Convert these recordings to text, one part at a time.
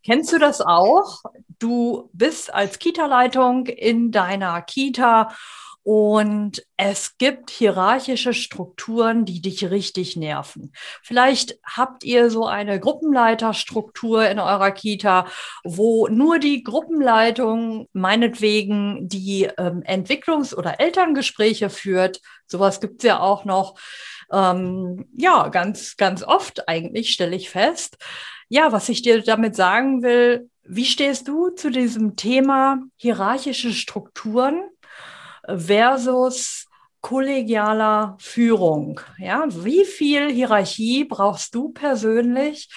Kennst du das auch? Du bist als Kita-Leitung in deiner Kita und es gibt hierarchische Strukturen, die dich richtig nerven. Vielleicht habt ihr so eine Gruppenleiterstruktur in eurer Kita, wo nur die Gruppenleitung meinetwegen die Entwicklungs- oder Elterngespräche führt. Sowas gibt es ja auch noch. Ja, ganz oft eigentlich, stelle ich fest. Ja, was ich dir damit sagen will, wie stehst du zu diesem Thema hierarchische Strukturen versus kollegialer Führung? Ja, wie viel Hierarchie brauchst du persönlich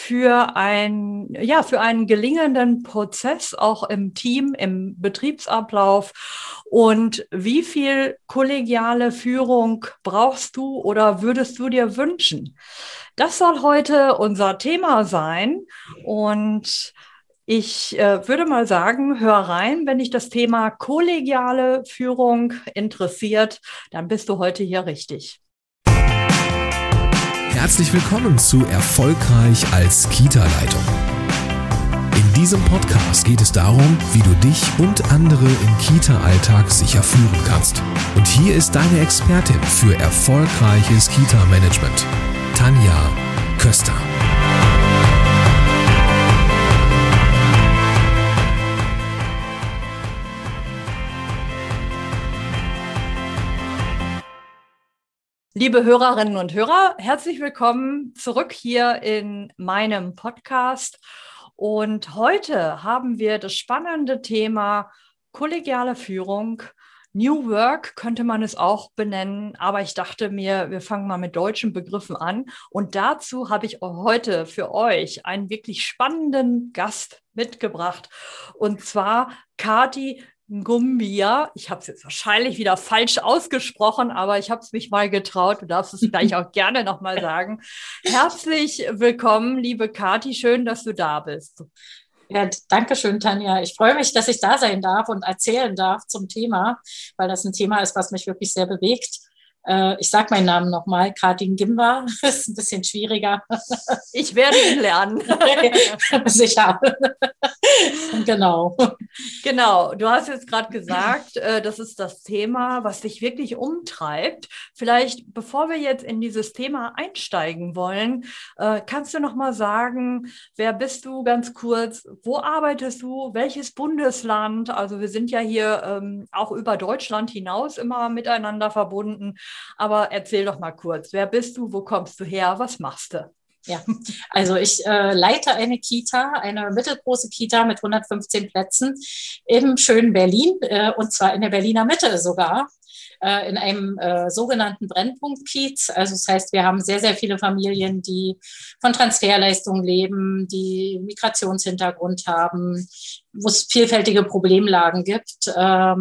für einen gelingenden Prozess, auch im Team, im Betriebsablauf? Und wie viel kollegiale Führung brauchst du oder würdest du dir wünschen? Das soll heute unser Thema sein. Und ich würde mal sagen, hör rein, wenn dich das Thema kollegiale Führung interessiert, dann bist du heute hier richtig. Herzlich willkommen zu Erfolgreich als Kita-Leitung. In diesem Podcast geht es darum, wie du dich und andere im Kita-Alltag sicher führen kannst. Und hier ist deine Expertin für erfolgreiches Kita-Management, Tanja Köster. Liebe Hörerinnen und Hörer, herzlich willkommen zurück hier in meinem Podcast. Und heute haben wir das spannende Thema kollegiale Führung. New Work könnte man es auch benennen, aber ich dachte mir, wir fangen mal mit deutschen Begriffen an. Und dazu habe ich heute für euch einen wirklich spannenden Gast mitgebracht. Und zwar Kati Ngumbia. Ich habe es jetzt wahrscheinlich wieder falsch ausgesprochen, aber ich habe es mich mal getraut. Du darfst es gleich auch gerne nochmal sagen. Herzlich willkommen, liebe Kati. Schön, dass du da bist. Ja, danke schön, Tanja. Ich freue mich, dass ich da sein darf und erzählen darf zum Thema, weil das ein Thema ist, was mich wirklich sehr bewegt. Ich sage meinen Namen nochmal, Kati Ngumbia, ist ein bisschen schwieriger. Ich werde ihn lernen. Sicher. Genau. Genau, du hast jetzt gerade gesagt, das ist das Thema, was dich wirklich umtreibt. Vielleicht, bevor wir jetzt in dieses Thema einsteigen wollen, kannst du noch mal sagen, wer bist du ganz kurz, wo arbeitest du, welches Bundesland? Also wir sind ja hier auch über Deutschland hinaus immer miteinander verbunden. Aber erzähl doch mal kurz, wer bist du, wo kommst du her, was machst du? Ja, also ich leite eine Kita, eine mittelgroße Kita mit 115 Plätzen im schönen Berlin, und zwar in der Berliner Mitte sogar, in einem sogenannten Brennpunkt-Kiez. Also das heißt, wir haben sehr, sehr viele Familien, die von Transferleistungen leben, die Migrationshintergrund haben, wo es vielfältige Problemlagen gibt.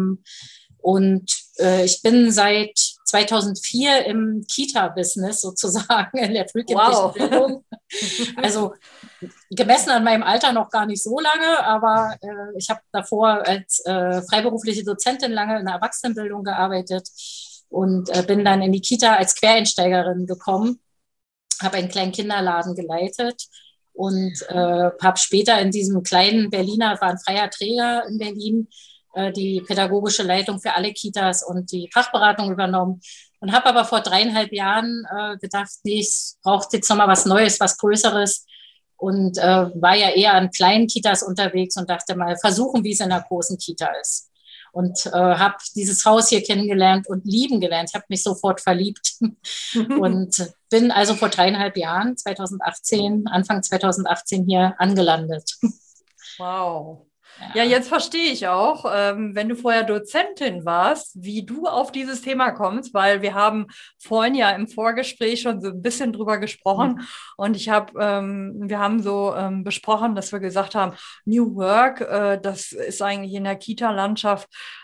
Und ich bin seit 2004 im Kita-Business sozusagen, in der frühkindlichen Bildung. Also gemessen an meinem Alter noch gar nicht so lange, aber ich habe davor als freiberufliche Dozentin lange in der Erwachsenenbildung gearbeitet und bin dann in die Kita als Quereinsteigerin gekommen, habe einen kleinen Kinderladen geleitet und habe später in diesem kleinen Berliner, war ein freier Träger in Berlin, die pädagogische Leitung für alle Kitas und die Fachberatung übernommen und habe aber vor 3,5 Jahren gedacht, nee, ich brauche jetzt nochmal was Neues, was Größeres und war ja eher an kleinen Kitas unterwegs und dachte mal, versuchen, wie es in einer großen Kita ist. Und habe dieses Haus hier kennengelernt und lieben gelernt. Ich habe mich sofort verliebt und bin also vor 3,5 Jahren, Anfang 2018 hier angelandet. Wow. Ja, jetzt verstehe ich auch, wenn du vorher Dozentin warst, wie du auf dieses Thema kommst, weil wir haben vorhin ja im Vorgespräch schon so ein bisschen drüber gesprochen und wir haben so besprochen, dass wir gesagt haben, New Work, das ist eigentlich in der Kita-Landschaft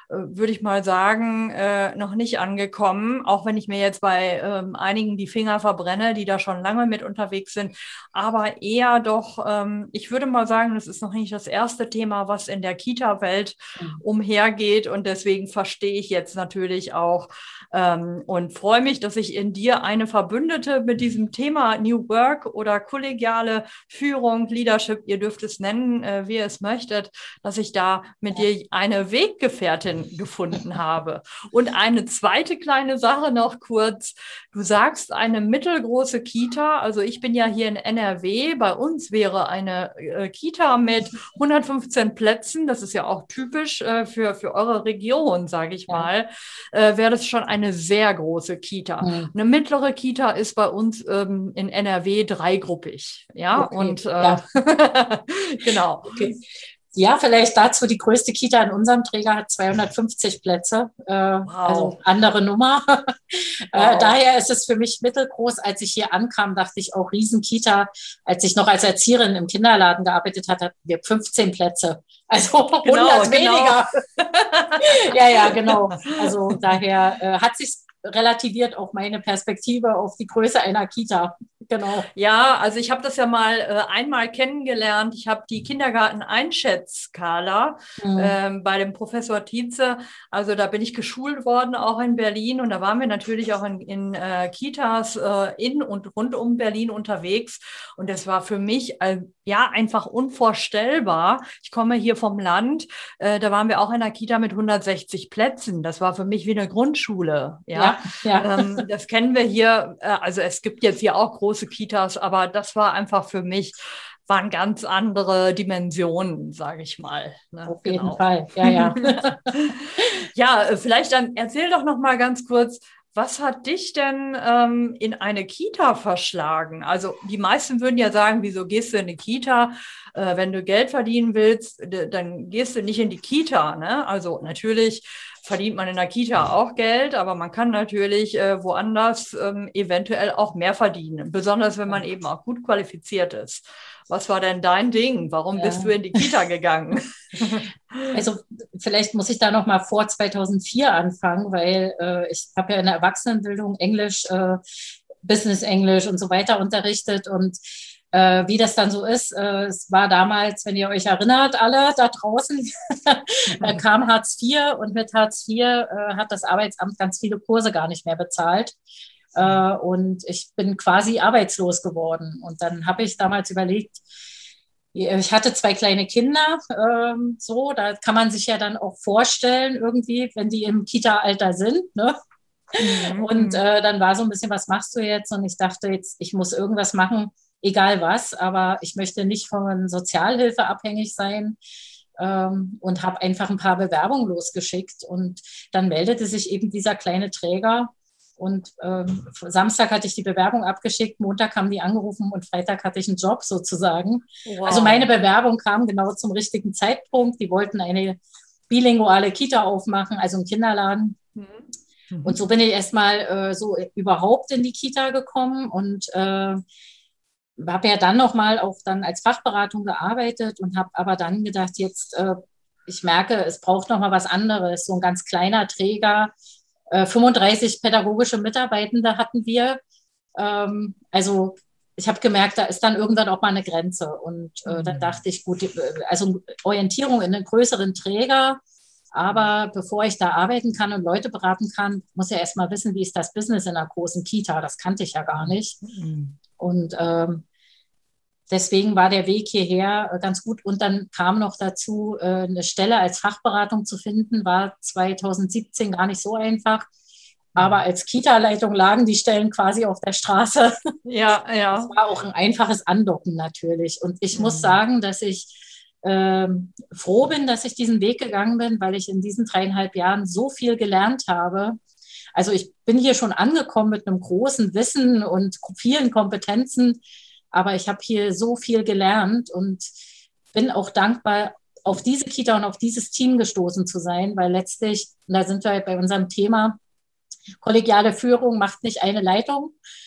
würde ich mal sagen, noch nicht angekommen, auch wenn ich mir jetzt bei einigen die Finger verbrenne, die da schon lange mit unterwegs sind, aber eher doch, ich würde mal sagen, das ist noch nicht das erste Thema, was in der Kita-Welt umhergeht, und deswegen verstehe ich jetzt natürlich auch und freue mich, dass ich in dir eine Verbündete mit diesem Thema New Work oder kollegiale Führung, Leadership, ihr dürft es nennen, wie ihr es möchtet, dass ich da mit dir eine Weggefährtin gefunden habe. Und eine zweite kleine Sache noch kurz. Du sagst eine mittelgroße Kita, also ich bin ja hier in NRW, bei uns wäre eine Kita mit 115 Plätzen, das ist ja auch typisch für eure Region, sage ich mal, wäre das schon eine sehr große Kita. Eine mittlere Kita ist bei uns in NRW dreigruppig, ja, okay. Und genau. Okay. Ja, vielleicht dazu, die größte Kita in unserem Träger hat 250 Plätze, also andere Nummer. Daher ist es für mich mittelgroß. Als ich hier ankam, dachte ich auch Riesenkita. Als ich noch als Erzieherin im Kinderladen gearbeitet hatte, hatten wir 15 Plätze. Also 100 weniger. Ja, genau. Also daher hat sich relativiert auch meine Perspektive auf die Größe einer Kita. Genau. Ja, also ich habe das ja mal einmal kennengelernt. Ich habe die Kindergarten-Einschätzskala bei dem Professor Tietze. Also da bin ich geschult worden, auch in Berlin. Und da waren wir natürlich auch in Kitas in und rund um Berlin unterwegs. Und das war für mich einfach unvorstellbar. Ich komme hier vom Land. Da waren wir auch in einer Kita mit 160 Plätzen. Das war für mich wie eine Grundschule. Ja. Das kennen wir hier. Also es gibt jetzt hier auch große Kitas, aber das war einfach für mich, waren ganz andere Dimensionen, sage ich mal. Ne? Auf jeden Fall, ja. Ja, vielleicht dann erzähl doch noch mal ganz kurz, was hat dich denn in eine Kita verschlagen? Also die meisten würden ja sagen, wieso gehst du in eine Kita? Wenn du Geld verdienen willst, dann gehst du nicht in die Kita. Ne? Also natürlich verdient man in der Kita auch Geld, aber man kann natürlich woanders eventuell auch mehr verdienen, besonders wenn man eben auch gut qualifiziert ist. Was war denn dein Ding? Warum bist du in die Kita gegangen? Also vielleicht muss ich da noch mal vor 2004 anfangen, weil ich habe ja in der Erwachsenenbildung Englisch, Business Englisch und so weiter unterrichtet, und wie das dann so ist, es war damals, wenn ihr euch erinnert, alle da draußen, da kam Hartz IV, und mit Hartz IV hat das Arbeitsamt ganz viele Kurse gar nicht mehr bezahlt. Und ich bin quasi arbeitslos geworden. Und dann habe ich damals überlegt, ich hatte 2 kleine Kinder, da kann man sich ja dann auch vorstellen irgendwie, wenn die im Kita-Alter sind, ne? Und dann war so ein bisschen, was machst du jetzt? Und ich dachte jetzt, ich muss irgendwas machen, egal was, aber ich möchte nicht von Sozialhilfe abhängig sein, und habe einfach ein paar Bewerbungen losgeschickt, und dann meldete sich eben dieser kleine Träger, und Samstag hatte ich die Bewerbung abgeschickt, Montag haben die angerufen und Freitag hatte ich einen Job sozusagen. Wow. Also meine Bewerbung kam genau zum richtigen Zeitpunkt. Die wollten eine bilinguale Kita aufmachen, also einen Kinderladen. Und so bin ich erstmal so überhaupt in die Kita gekommen, und habe ja dann nochmal auch dann als Fachberatung gearbeitet und habe aber dann gedacht, jetzt, ich merke, es braucht nochmal was anderes, so ein ganz kleiner Träger, 35 pädagogische Mitarbeitende hatten wir. Also ich habe gemerkt, da ist dann irgendwann auch mal eine Grenze, und dann dachte ich, gut, also Orientierung in einen größeren Träger, aber bevor ich da arbeiten kann und Leute beraten kann, muss ich ja erstmal wissen, wie ist das Business in einer großen Kita, das kannte ich ja gar nicht. Und deswegen war der Weg hierher ganz gut. Und dann kam noch dazu, eine Stelle als Fachberatung zu finden, war 2017 gar nicht so einfach. Aber als Kita-Leitung lagen die Stellen quasi auf der Straße. Ja. Das war auch ein einfaches Andocken natürlich. Und ich muss sagen, dass ich froh bin, dass ich diesen Weg gegangen bin, weil ich in diesen 3,5 Jahren so viel gelernt habe. Also ich bin hier schon angekommen mit einem großen Wissen und vielen Kompetenzen, aber ich habe hier so viel gelernt und bin auch dankbar, auf diese Kita und auf dieses Team gestoßen zu sein, weil letztlich, und da sind wir bei unserem Thema, kollegiale Führung macht nicht eine Leitung,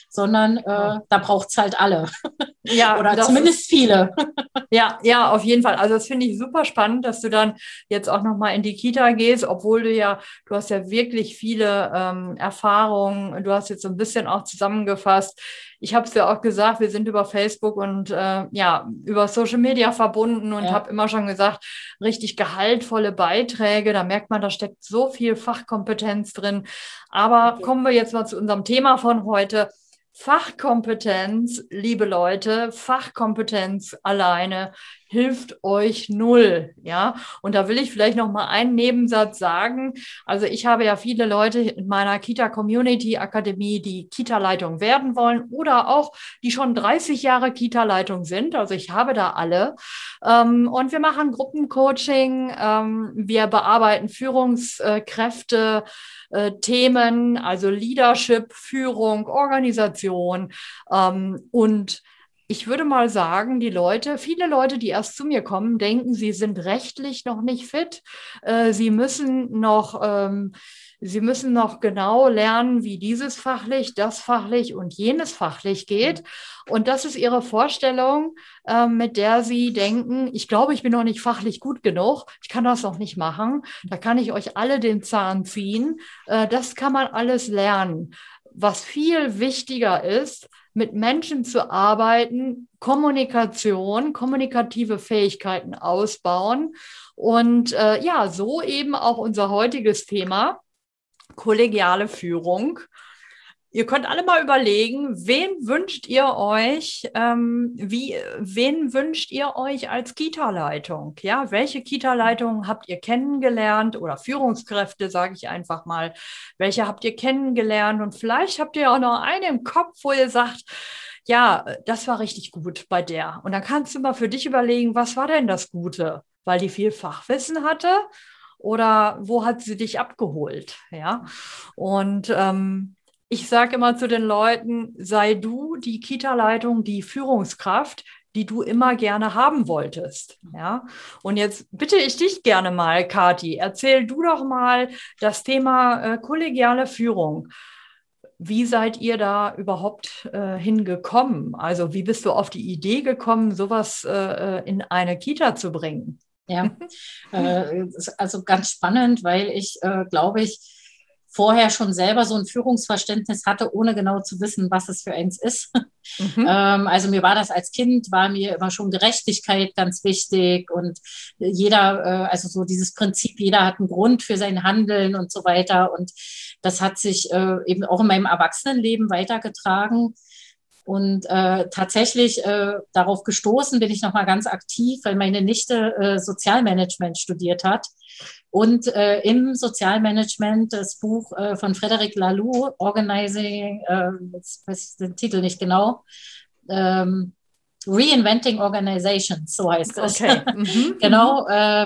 sondern da braucht es halt alle. Ja, oder zumindest viele. Ja, auf jeden Fall. Also das finde ich super spannend, dass du dann jetzt auch nochmal in die Kita gehst, obwohl du hast ja wirklich viele Erfahrungen. Du hast jetzt so ein bisschen auch zusammengefasst. Ich habe es ja auch gesagt, wir sind über Facebook und über Social Media verbunden und habe immer schon gesagt, richtig gehaltvolle Beiträge. Da merkt man, da steckt so viel Fachkompetenz drin. Aber kommen wir jetzt mal zu unserem Thema von heute. Fachkompetenz, liebe Leute, Fachkompetenz alleine hilft euch null, ja. Und da will ich vielleicht noch mal einen Nebensatz sagen. Also ich habe ja viele Leute in meiner Kita-Community-Akademie, die Kita-Leitung werden wollen oder auch die schon 30 Jahre Kita-Leitung sind. Also ich habe da alle. Und wir machen Gruppencoaching. Wir bearbeiten Führungskräfte, Themen, also Leadership, Führung, Organisation. Und ich würde mal sagen, viele Leute, die erst zu mir kommen, denken, sie sind rechtlich noch nicht fit. Sie müssen noch genau lernen, wie dieses fachlich, das fachlich und jenes fachlich geht. Und das ist ihre Vorstellung, mit der sie denken, ich glaube, ich bin noch nicht fachlich gut genug. Ich kann das noch nicht machen. Da kann ich euch alle den Zahn ziehen. Das kann man alles lernen. Was viel wichtiger ist, mit Menschen zu arbeiten, Kommunikation, kommunikative Fähigkeiten ausbauen und so eben auch unser heutiges Thema, kollegiale Führung. Ihr könnt alle mal überlegen, wen wünscht ihr euch als Kita-Leitung? Ja, welche Kita-Leitung habt ihr kennengelernt oder Führungskräfte, sage ich einfach mal, welche habt ihr kennengelernt? Und vielleicht habt ihr auch noch eine im Kopf, wo ihr sagt, ja, das war richtig gut bei der. Und dann kannst du mal für dich überlegen, was war denn das Gute? Weil die viel Fachwissen hatte oder wo hat sie dich abgeholt? Ja, und ich sage immer zu den Leuten, sei du die Kita-Leitung, die Führungskraft, die du immer gerne haben wolltest. Ja? Und jetzt bitte ich dich gerne mal, Kathi, erzähl du doch mal das Thema kollegiale Führung. Wie seid ihr da überhaupt hingekommen? Also wie bist du auf die Idee gekommen, sowas in eine Kita zu bringen? Ja, also ganz spannend, weil ich, glaube ich, vorher schon selber so ein Führungsverständnis hatte, ohne genau zu wissen, was es für eins ist. Also mir war das als Kind, war mir immer schon Gerechtigkeit ganz wichtig und jeder, also so dieses Prinzip, jeder hat einen Grund für sein Handeln und so weiter. Und das hat sich eben auch in meinem Erwachsenenleben weitergetragen. Und tatsächlich darauf gestoßen bin ich nochmal ganz aktiv, weil meine Nichte Sozialmanagement studiert hat. Und im Sozialmanagement das Buch von Frédéric Laloux, Organizing, jetzt weiß ich den Titel nicht genau, Reinventing Organizations, so heißt es. Okay. Genau.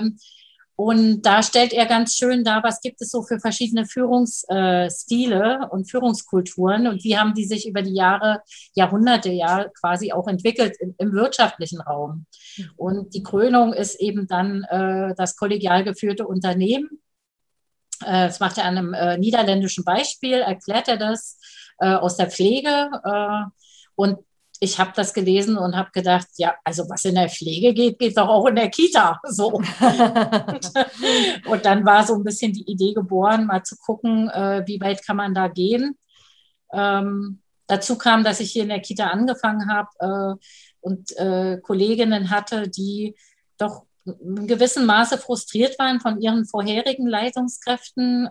Und da stellt er ganz schön dar, was gibt es so für verschiedene Führungsstile und Führungskulturen und wie haben die sich über die Jahrhunderte ja quasi auch entwickelt im wirtschaftlichen Raum. Und die Krönung ist eben dann das kollegial geführte Unternehmen. Das macht er an einem niederländischen Beispiel, erklärt er das aus der Pflege. Und ich habe das gelesen und habe gedacht, ja, also was in der Pflege geht, geht doch auch in der Kita. So. Und dann war so ein bisschen die Idee geboren, mal zu gucken, wie weit kann man da gehen. Dazu kam, dass ich hier in der Kita angefangen habe und Kolleginnen hatte, die doch in gewissem Maße frustriert waren von ihren vorherigen Leitungskräften.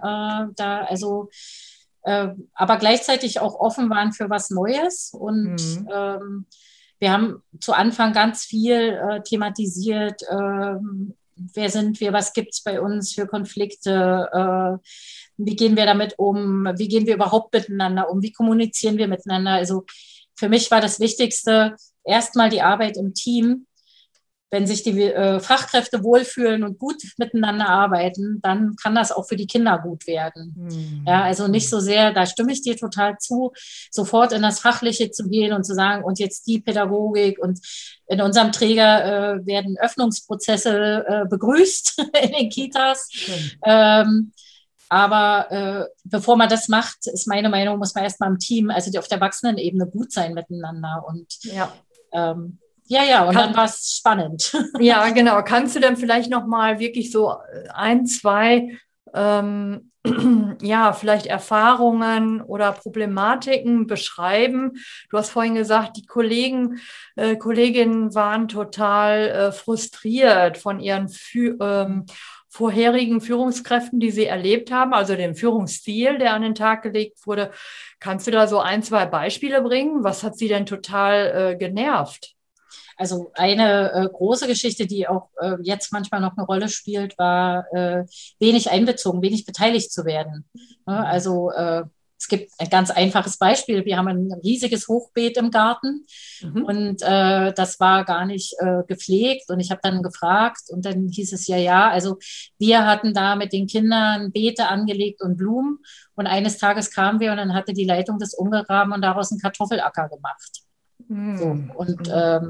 Aber gleichzeitig auch offen waren für was Neues. Und wir haben zu Anfang ganz viel thematisiert, wer sind wir, was gibt es bei uns für Konflikte, wie gehen wir damit um, wie gehen wir überhaupt miteinander um, wie kommunizieren wir miteinander. Also für mich war das Wichtigste erstmal die Arbeit im Team. Wenn sich die Fachkräfte wohlfühlen und gut miteinander arbeiten, dann kann das auch für die Kinder gut werden. Ja, also nicht so sehr, da stimme ich dir total zu, sofort in das Fachliche zu gehen und zu sagen, und jetzt die Pädagogik und in unserem Träger werden Öffnungsprozesse begrüßt in den Kitas. Aber bevor man das macht, ist meine Meinung, muss man erstmal im Team, also auf der Erwachsenenebene gut sein miteinander. Und und dann war es spannend. Ja, genau. Kannst du dann vielleicht nochmal wirklich so ein, zwei vielleicht Erfahrungen oder Problematiken beschreiben? Du hast vorhin gesagt, die Kolleginnen waren total frustriert von ihren vorherigen Führungskräften, die sie erlebt haben, also dem Führungsstil, der an den Tag gelegt wurde. Kannst du da so ein, zwei Beispiele bringen? Was hat sie denn total genervt? Also eine große Geschichte, die auch jetzt manchmal noch eine Rolle spielt, war wenig einbezogen, wenig beteiligt zu werden. Also es gibt ein ganz einfaches Beispiel. Wir haben ein riesiges Hochbeet im Garten und das war gar nicht gepflegt. Und ich habe dann gefragt und dann hieß es also wir hatten da mit den Kindern Beete angelegt und Blumen. Und eines Tages kamen wir und dann hatte die Leitung das umgegraben und daraus einen Kartoffelacker gemacht. So, und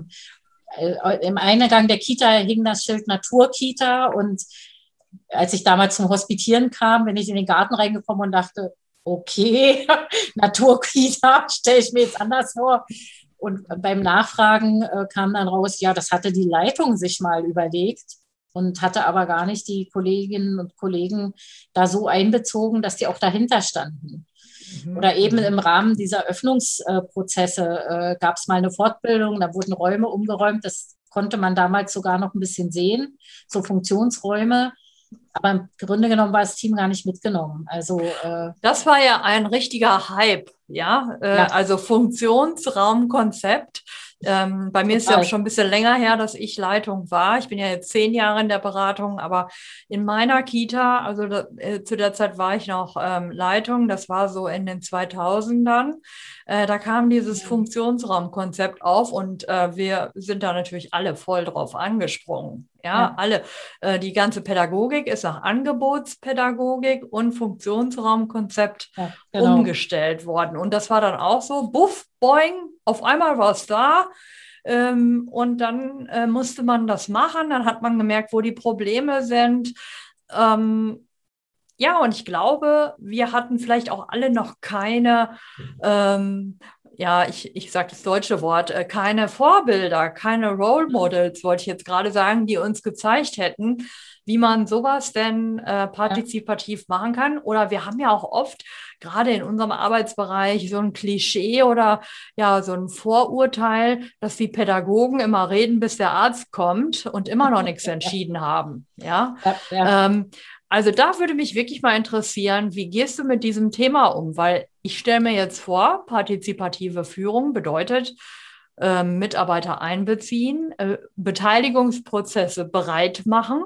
im Eingang der Kita hing das Schild Naturkita. Und als ich damals zum Hospitieren kam, bin ich in den Garten reingekommen und dachte, okay, Naturkita stelle ich mir jetzt anders vor. Und beim Nachfragen kam dann raus, ja, das hatte die Leitung sich mal überlegt und hatte aber gar nicht die Kolleginnen und Kollegen da so einbezogen, dass die auch dahinter standen. Oder eben im Rahmen dieser Öffnungsprozesse gab es mal eine Fortbildung, da wurden Räume umgeräumt, das konnte man damals sogar noch ein bisschen sehen, so Funktionsräume. Aber im Grunde genommen war das Team gar nicht mitgenommen. Also das war ja ein richtiger Hype, also Funktionsraumkonzept. Bei mir ist ja auch schon ein bisschen länger her, dass ich Leitung war. Ich bin ja jetzt 10 Jahre in der Beratung, aber in meiner Kita, also zu der Zeit war ich noch Leitung, das war so in den 2000ern. Da kam dieses Funktionsraumkonzept auf und wir sind da natürlich alle voll drauf angesprungen. Alle. Die ganze Pädagogik ist nach Angebotspädagogik und Funktionsraumkonzept umgestellt worden. Und das war dann auch so, buff, boing, auf einmal war es da. Und dann musste man das machen. Dann hat man gemerkt, wo die Probleme sind. Und ich glaube, wir hatten vielleicht auch alle noch keine ich sage das deutsche Wort, keine Vorbilder, keine Role Models, wollte ich jetzt gerade sagen, die uns gezeigt hätten, wie man sowas denn partizipativ machen kann. Oder wir haben ja auch oft, gerade in unserem Arbeitsbereich, so ein Klischee oder so ein Vorurteil, dass die Pädagogen immer reden, bis der Arzt kommt und immer noch nichts entschieden haben. Also da würde mich wirklich mal interessieren, wie gehst du mit diesem Thema um? Weil ich stelle mir jetzt vor, partizipative Führung bedeutet Mitarbeiter einbeziehen, Beteiligungsprozesse bereit machen,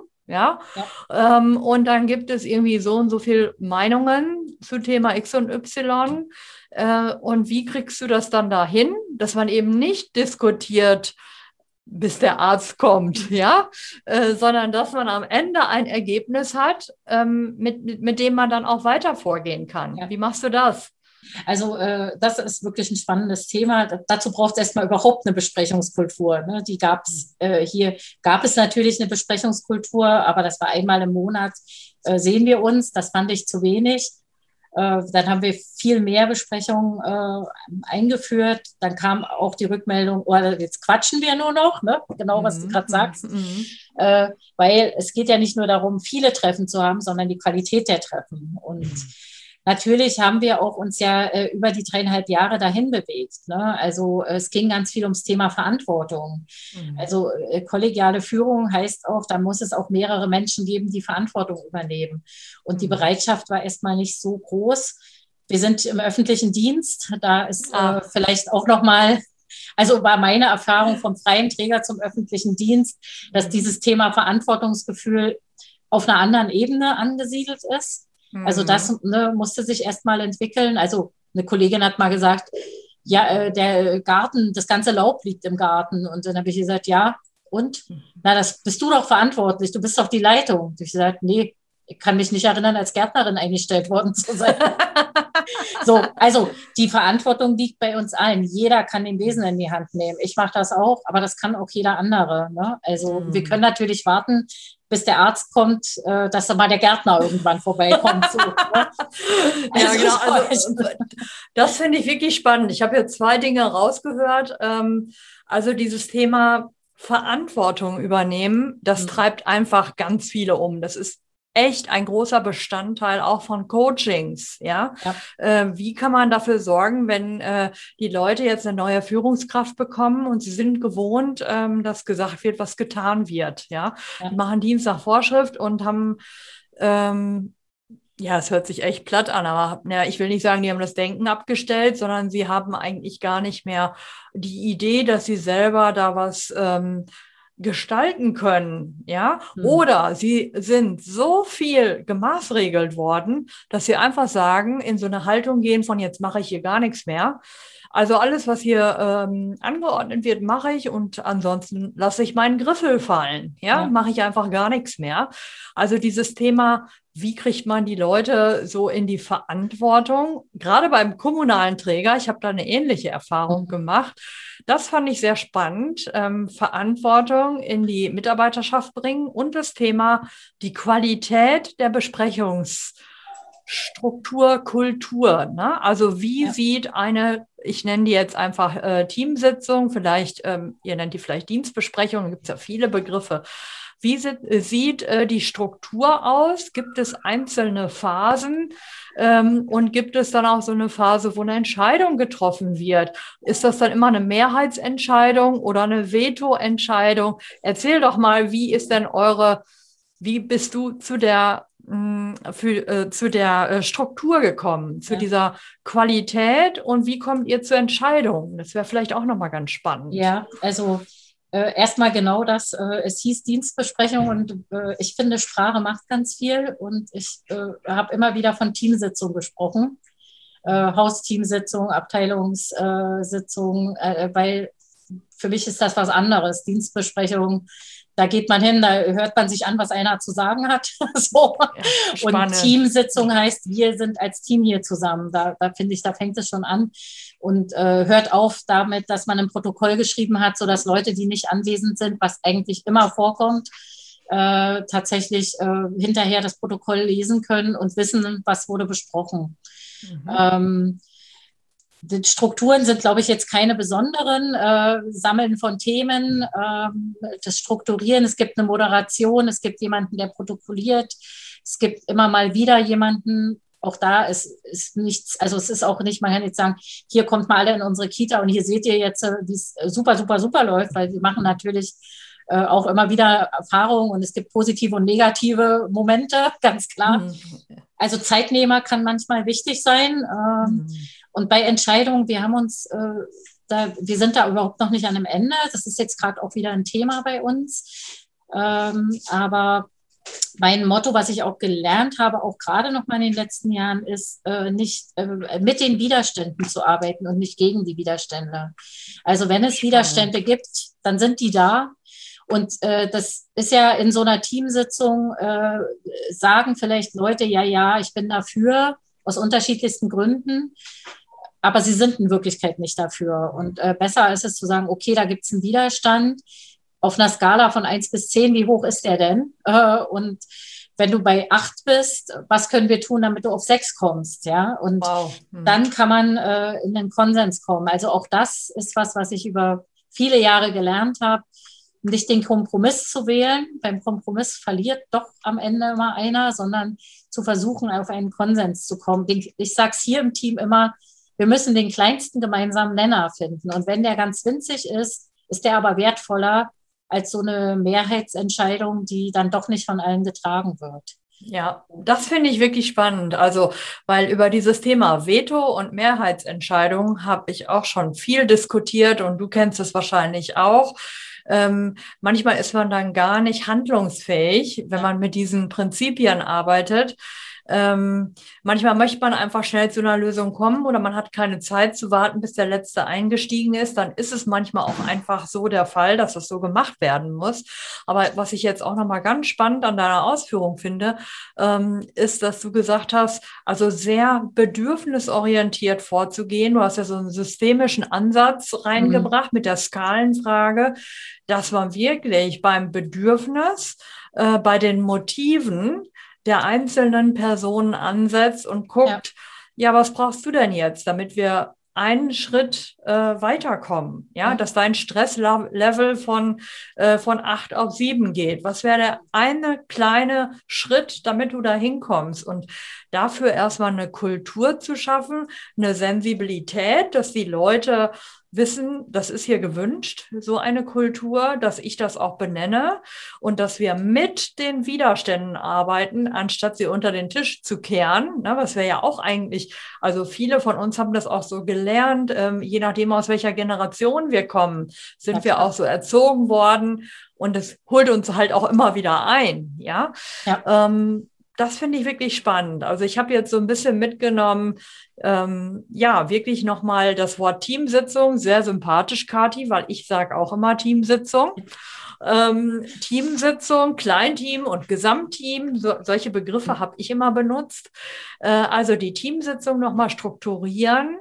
und dann gibt es irgendwie so und so viele Meinungen zu Thema X und Y. Und wie kriegst du das dann dahin, dass man eben nicht diskutiert, bis der Arzt kommt, sondern dass man am Ende ein Ergebnis hat, mit dem man dann auch weiter vorgehen kann. Ja. Wie machst du das? Also das ist wirklich ein spannendes Thema. Dazu braucht es erstmal überhaupt eine Besprechungskultur. Ne? Die gab es hier gab es natürlich eine Besprechungskultur, aber das war einmal im Monat, sehen wir uns. Das fand ich zu wenig. Dann haben wir viel mehr Besprechungen eingeführt. Dann kam auch die Rückmeldung, jetzt quatschen wir nur noch, ne? Genau, was du gerade sagst. Weil es geht ja nicht nur darum, viele Treffen zu haben, sondern die Qualität der Treffen. Und natürlich haben wir auch uns über die 3,5 Jahre dahin bewegt. Ne? Also es ging ganz viel ums Thema Verantwortung. Also kollegiale Führung heißt auch, da muss es auch mehrere Menschen geben, die Verantwortung übernehmen. Und die Bereitschaft war erstmal nicht so groß. Wir sind im öffentlichen Dienst, da ist vielleicht auch nochmal, also war meine Erfahrung vom freien Träger zum öffentlichen Dienst, dass dieses Thema Verantwortungsgefühl auf einer anderen Ebene angesiedelt ist. Also das musste sich erstmal entwickeln. Also eine Kollegin hat mal gesagt, der Garten, das ganze Laub liegt im Garten. Und dann habe ich gesagt, das bist du doch verantwortlich, du bist doch die Leitung. Und ich gesagt, nee, ich kann mich nicht erinnern, als Gärtnerin eingestellt worden zu sein. So, also die Verantwortung liegt bei uns allen. Jeder kann den Besen in die Hand nehmen. Ich mache das auch, aber das kann auch jeder andere. Ne? Also wir können natürlich warten, bis der Arzt kommt, dass dann mal der Gärtner irgendwann vorbeikommt. So, ne? Ja, genau. Also, das finde ich wirklich spannend. Ich habe jetzt 2 Dinge rausgehört. Also dieses Thema Verantwortung übernehmen, das treibt einfach ganz viele um. Das ist echt ein großer Bestandteil auch von Coachings, ja. Wie kann man dafür sorgen, wenn die Leute jetzt eine neue Führungskraft bekommen und sie sind gewohnt, dass gesagt wird, was getan wird, ja. Die machen Dienst nach Vorschrift und haben ja, es hört sich echt platt an, aber ja, ich will nicht sagen, die haben das Denken abgestellt, sondern sie haben eigentlich gar nicht mehr die Idee, dass sie selber da was gestalten können, ja, oder sie sind so viel gemaßregelt worden, dass sie einfach sagen, in so eine Haltung gehen von jetzt mache ich hier gar nichts mehr. Also alles, was hier angeordnet wird, mache ich und ansonsten lasse ich meinen Griffel fallen, ja, mache ich einfach gar nichts mehr. Also dieses Thema, wie kriegt man die Leute so in die Verantwortung, gerade beim kommunalen Träger, ich habe da eine ähnliche Erfahrung gemacht, das fand ich sehr spannend, Verantwortung in die Mitarbeiterschaft bringen und das Thema die Qualität der Besprechungsstruktur, Kultur. Ne? Also wie sieht eine, ich nenne die jetzt einfach Teamsitzung, vielleicht, ihr nennt die vielleicht Dienstbesprechung, da gibt es ja viele Begriffe. Wie sieht die Struktur aus? Gibt es einzelne Phasen? Und gibt es dann auch so eine Phase, wo eine Entscheidung getroffen wird? Ist das dann immer eine Mehrheitsentscheidung oder eine Veto-Entscheidung? Erzähl doch mal, wie bist du zu der Struktur gekommen, zu dieser Qualität und wie kommt ihr zur Entscheidung? Das wäre vielleicht auch nochmal ganz spannend. Ja, also erstmal genau das, es hieß Dienstbesprechung und ich finde, Sprache macht ganz viel und ich habe immer wieder von Teamsitzung gesprochen, Hausteamsitzung, Abteilungssitzung, weil für mich ist das was anderes. Dienstbesprechung, da geht man hin, da hört man sich an, was einer zu sagen hat. So. Ja, und Teamsitzung heißt, wir sind als Team hier zusammen. Da finde ich, da fängt es schon an und hört auf damit, dass man ein Protokoll geschrieben hat, sodass Leute, die nicht anwesend sind, was eigentlich immer vorkommt, tatsächlich hinterher das Protokoll lesen können und wissen, was wurde besprochen. Die Strukturen sind, glaube ich, jetzt keine besonderen. Sammeln von Themen, das Strukturieren. Es gibt eine Moderation, es gibt jemanden, der protokolliert. Es gibt immer mal wieder jemanden. Auch da ist nichts, also es ist auch nicht, man kann jetzt sagen, hier kommt mal alle in unsere Kita und hier seht ihr jetzt, wie es super, super, super läuft, weil wir machen natürlich auch immer wieder Erfahrungen und es gibt positive und negative Momente, ganz klar. Also Zeitnehmer kann manchmal wichtig sein. Und bei Entscheidungen, wir haben uns, wir sind da überhaupt noch nicht an einem Ende. Das ist jetzt gerade auch wieder ein Thema bei uns. Aber mein Motto, was ich auch gelernt habe, auch gerade noch mal in den letzten Jahren, ist nicht mit den Widerständen zu arbeiten und nicht gegen die Widerstände. Also wenn es Widerstände gibt, dann sind die da. Und das ist ja in so einer Teamsitzung, sagen vielleicht Leute, ja, ich bin dafür, aus unterschiedlichsten Gründen, aber sie sind in Wirklichkeit nicht dafür. Und besser ist es zu sagen, okay, da gibt es einen Widerstand. Auf einer Skala von 1 bis 10, wie hoch ist der denn? Und wenn du bei 8 bist, was können wir tun, damit du auf 6 kommst? Ja? Und dann kann man in den Konsens kommen. Also auch das ist was ich über viele Jahre gelernt habe, nicht den Kompromiss zu wählen. Beim Kompromiss verliert doch am Ende immer einer, sondern zu versuchen, auf einen Konsens zu kommen. Ich sage es hier im Team immer, wir müssen den kleinsten gemeinsamen Nenner finden. Und wenn der ganz winzig ist, ist der aber wertvoller als so eine Mehrheitsentscheidung, die dann doch nicht von allen getragen wird. Ja, das finde ich wirklich spannend. Also, weil über dieses Thema Veto und Mehrheitsentscheidung habe ich auch schon viel diskutiert und du kennst es wahrscheinlich auch. Manchmal ist man dann gar nicht handlungsfähig, wenn man mit diesen Prinzipien arbeitet. Manchmal möchte man einfach schnell zu einer Lösung kommen oder man hat keine Zeit zu warten, bis der Letzte eingestiegen ist. Dann ist es manchmal auch einfach so der Fall, dass das so gemacht werden muss. Aber was ich jetzt auch nochmal ganz spannend an deiner Ausführung finde, ist, dass du gesagt hast, also sehr bedürfnisorientiert vorzugehen. Du hast ja so einen systemischen Ansatz reingebracht mit der Skalenfrage, dass man wirklich beim Bedürfnis, bei den Motiven der einzelnen Personen ansetzt und guckt, ja, was brauchst du denn jetzt, damit wir einen Schritt weiterkommen, ja, dass dein Stresslevel von 8 auf 7 geht. Was wäre der eine kleine Schritt, damit du da hinkommst? Und dafür erstmal eine Kultur zu schaffen, eine Sensibilität, dass die Leute wissen, das ist hier gewünscht, so eine Kultur, dass ich das auch benenne und dass wir mit den Widerständen arbeiten, anstatt sie unter den Tisch zu kehren, ne, was wir ja auch eigentlich, also viele von uns haben das auch so gelernt, je nachdem aus welcher Generation wir kommen, sind wir auch so erzogen worden und es holt uns halt auch immer wieder ein, ja. Das finde ich wirklich spannend. Also ich habe jetzt so ein bisschen mitgenommen, ja, wirklich nochmal das Wort Teamsitzung, sehr sympathisch, Kathi, weil ich sage auch immer Teamsitzung. Teamsitzung, Kleinteam und Gesamtteam, solche Begriffe habe ich immer benutzt. Also die Teamsitzung nochmal strukturieren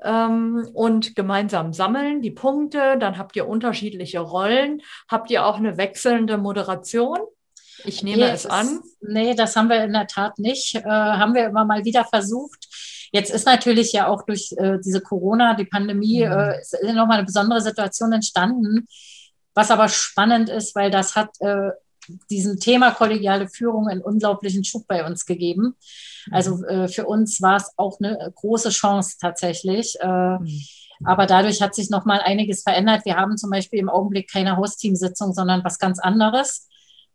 und gemeinsam sammeln, die Punkte, dann habt ihr unterschiedliche Rollen, habt ihr auch eine wechselnde Moderation? Ich nehme es an. Nee, das haben wir in der Tat nicht. Haben wir immer mal wieder versucht. Jetzt ist natürlich ja auch durch diese Corona, die Pandemie, ist nochmal eine besondere Situation entstanden. Was aber spannend ist, weil das hat diesem Thema kollegiale Führung einen unglaublichen Schub bei uns gegeben. Also für uns war es auch eine große Chance tatsächlich. Aber dadurch hat sich nochmal einiges verändert. Wir haben zum Beispiel im Augenblick keine Hausteamsitzung, sondern was ganz anderes.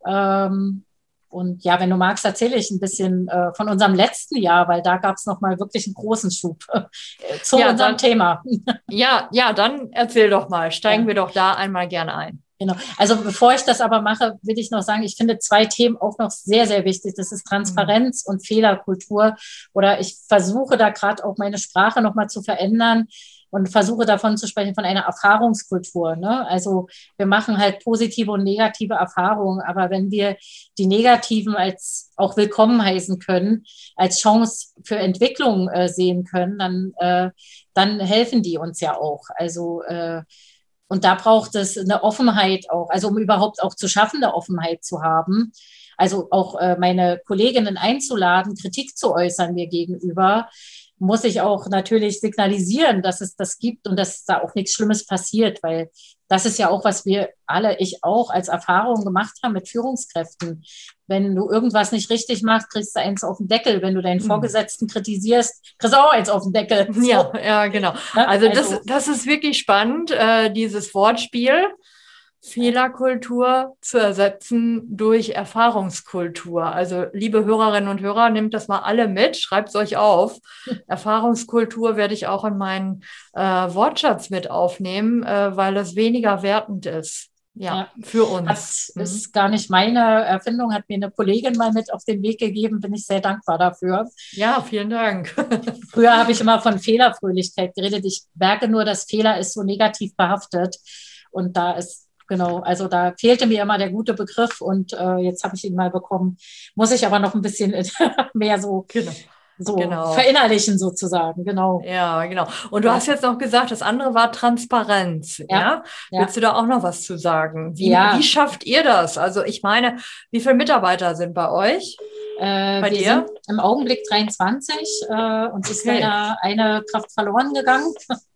Und ja, wenn du magst, erzähle ich ein bisschen von unserem letzten Jahr, weil da gab es nochmal wirklich einen großen Schub zu unserem Thema. Ja, dann erzähl doch mal, steigen wir doch da einmal gerne ein. Genau. Also bevor ich das aber mache, will ich noch sagen, ich finde 2 Themen auch noch sehr, sehr wichtig. Das ist Transparenz und Fehlerkultur. Oder ich versuche da gerade auch meine Sprache nochmal zu verändern und versuche davon zu sprechen, von einer Erfahrungskultur. Ne? Also wir machen halt positive und negative Erfahrungen, aber wenn wir die negativen als auch willkommen heißen können, als Chance für Entwicklung sehen können, dann helfen die uns ja auch. Also und da braucht es eine Offenheit auch, also um überhaupt auch zu schaffen, eine Offenheit zu haben. Also auch meine Kolleginnen einzuladen, Kritik zu äußern mir gegenüber, muss ich auch natürlich signalisieren, dass es das gibt und dass da auch nichts Schlimmes passiert, weil das ist ja auch, was wir alle, ich auch, als Erfahrung gemacht haben mit Führungskräften. Wenn du irgendwas nicht richtig machst, kriegst du eins auf den Deckel. Wenn du deinen Vorgesetzten kritisierst, kriegst du auch eins auf den Deckel. So. Ja, genau. Also das ist wirklich spannend, dieses Wortspiel. Fehlerkultur zu ersetzen durch Erfahrungskultur. Also liebe Hörerinnen und Hörer, nehmt das mal alle mit, schreibt es euch auf. Erfahrungskultur werde ich auch in meinen Wortschatz mit aufnehmen, weil es weniger wertend ist. Ja, für uns. Das ist gar nicht meine Erfindung, hat mir eine Kollegin mal mit auf den Weg gegeben, bin ich sehr dankbar dafür. Ja, vielen Dank. Früher habe ich immer von Fehlerfröhlichkeit geredet. Ich merke nur, dass Fehler ist so negativ behaftet und da ist genau, also da fehlte mir immer der gute Begriff und jetzt habe ich ihn mal bekommen. Muss ich aber noch ein bisschen mehr so, verinnerlichen sozusagen, genau. Ja, genau. Und du hast jetzt noch gesagt, das andere war Transparenz. Ja? Willst du da auch noch was zu sagen? Wie schafft ihr das? Also ich meine, wie viele Mitarbeiter sind bei euch? Bei dir? Sind im Augenblick 23 und ist leider eine Kraft verloren gegangen.